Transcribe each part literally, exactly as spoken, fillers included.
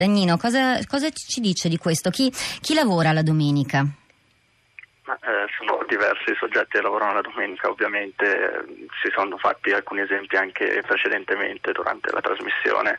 Dagnino, cosa, cosa ci dice di questo? Chi, chi lavora la domenica? Ma, eh, sono diversi soggetti che lavorano la domenica, ovviamente eh, si sono fatti alcuni esempi anche precedentemente durante la trasmissione.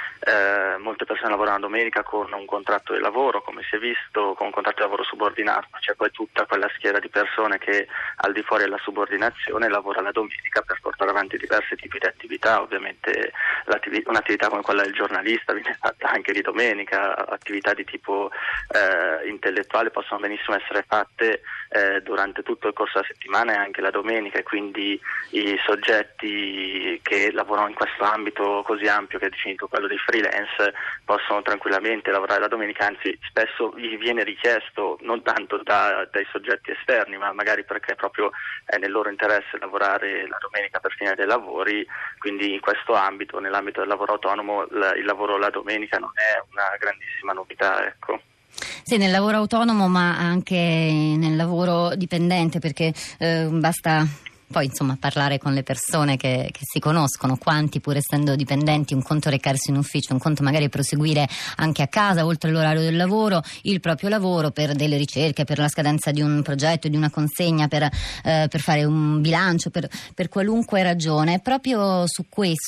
Eh, molte persone lavorano la domenica con un contratto di lavoro, come si è visto, con un contratto di lavoro subordinato, ma c'è poi tutta quella schiera di persone che al di fuori della subordinazione lavora la domenica per portare avanti diversi tipi di attività. Ovviamente un'attività come quella del giornalista viene fatta anche di domenica, attività di tipo eh, intellettuale possono benissimo essere fatte eh, durante tutto il corso della settimana e anche la domenica, e quindi i soggetti che lavorano in questo ambito così ampio che è definito quello dei freelance possono tranquillamente lavorare la domenica, anzi spesso gli viene richiesto non tanto da, dai soggetti esterni, ma magari perché proprio è nel loro interesse lavorare la domenica per finire dei lavori. Quindi in questo ambito, nell'ambito del lavoro autonomo, il, il lavoro la domenica non è una grandissima novità, ecco. Sì, nel lavoro autonomo, ma anche nel lavoro dipendente, perché eh, basta poi insomma parlare con le persone che, che si conoscono, quanti pur essendo dipendenti, un conto recarsi in ufficio, un conto magari proseguire anche a casa oltre l'orario del lavoro il proprio lavoro per delle ricerche, per la scadenza di un progetto, di una consegna, per, eh, per fare un bilancio, per, per qualunque ragione. Proprio su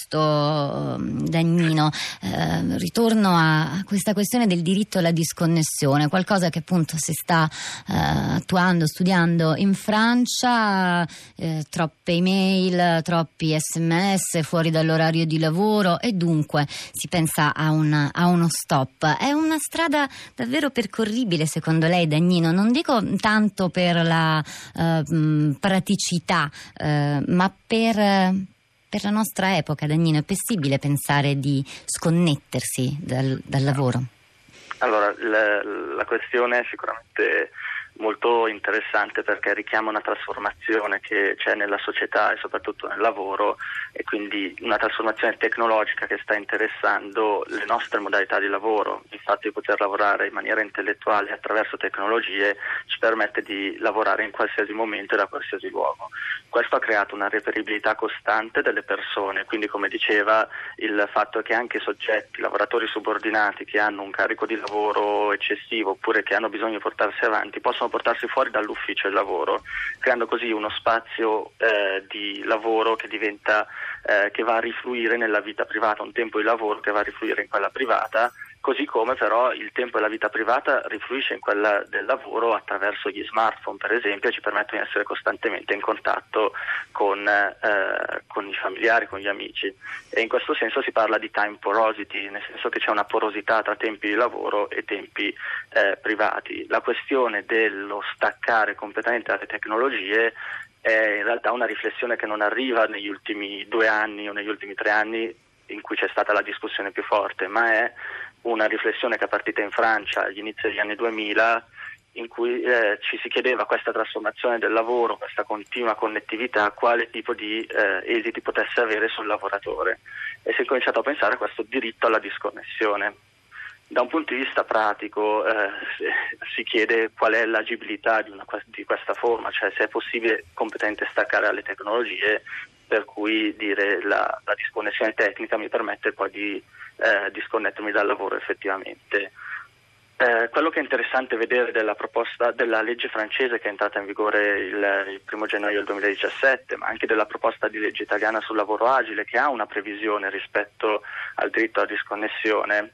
questo, Dagnino, eh, ritorno a questa questione del diritto alla disconnessione, qualcosa che appunto si sta eh, attuando, studiando in Francia. eh, troppe email, troppi sms fuori dall'orario di lavoro, e dunque si pensa a, un, a uno stop. È una strada davvero percorribile secondo lei, Dagnino? Non dico tanto per la eh, praticità, eh, ma per, per la nostra epoca, Dagnino. È possibile pensare di sconnettersi dal, dal lavoro? Allora, la, la questione è sicuramente molto interessante perché richiama una trasformazione che c'è nella società e soprattutto nel lavoro, e quindi una trasformazione tecnologica che sta interessando le nostre modalità di lavoro. Il fatto di poter lavorare in maniera intellettuale attraverso tecnologie ci permette di lavorare in qualsiasi momento e da qualsiasi luogo. Questo ha creato una reperibilità costante delle persone, quindi come diceva, il fatto che anche soggetti, lavoratori subordinati che hanno un carico di lavoro eccessivo oppure che hanno bisogno di portarsi avanti possono portarsi fuori dall'ufficio del lavoro, creando così uno spazio eh, di lavoro che diventa eh, che va a rifluire nella vita privata, un tempo di lavoro che va a rifluire in quella privata, così come però il tempo della vita privata rifluisce in quella del lavoro attraverso gli smartphone, per esempio, e ci permettono di essere costantemente in contatto con, eh, con i familiari, con gli amici. E in questo senso si parla di time porosity, nel senso che c'è una porosità tra tempi di lavoro e tempi eh, privati. La questione dello staccare completamente dalle tecnologie è in realtà una riflessione che non arriva negli ultimi due anni o negli ultimi tre anni in cui c'è stata la discussione più forte, ma è una riflessione che è partita in Francia agli inizi degli anni duemila, in cui eh, ci si chiedeva questa trasformazione del lavoro, questa continua connettività, quale tipo di eh, esiti potesse avere sul lavoratore, e si è cominciato a pensare a questo diritto alla disconnessione. Da un punto di vista pratico eh, si chiede qual è l'agibilità di, una, di questa forma, cioè se è possibile completamente staccare dalle tecnologie, per cui dire la, la disconnessione tecnica mi permette poi di eh, disconnettermi dal lavoro effettivamente. Eh, quello che è interessante vedere della proposta della legge francese che è entrata in vigore il, il primo gennaio del duemiladiciassette, ma anche della proposta di legge italiana sul lavoro agile, che ha una previsione rispetto al diritto alla disconnessione,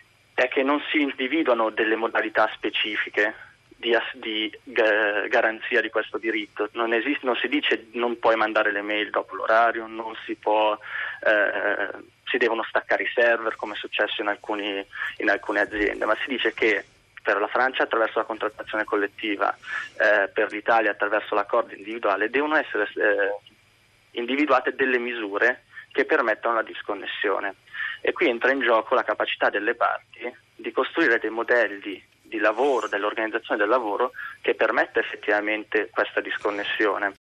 è che non si individuano delle modalità specifiche di, di eh, garanzia di questo diritto. Non esiste, non si dice non puoi mandare le mail dopo l'orario, non si può eh, si devono staccare i server come è successo in alcuni in alcune aziende, ma si dice che per la Francia attraverso la contrattazione collettiva, eh, per l'Italia attraverso l'accordo individuale devono essere eh, individuate delle misure che permettono la disconnessione, e qui entra in gioco la capacità delle parti di costruire dei modelli di lavoro, dell'organizzazione del lavoro che permette effettivamente questa disconnessione.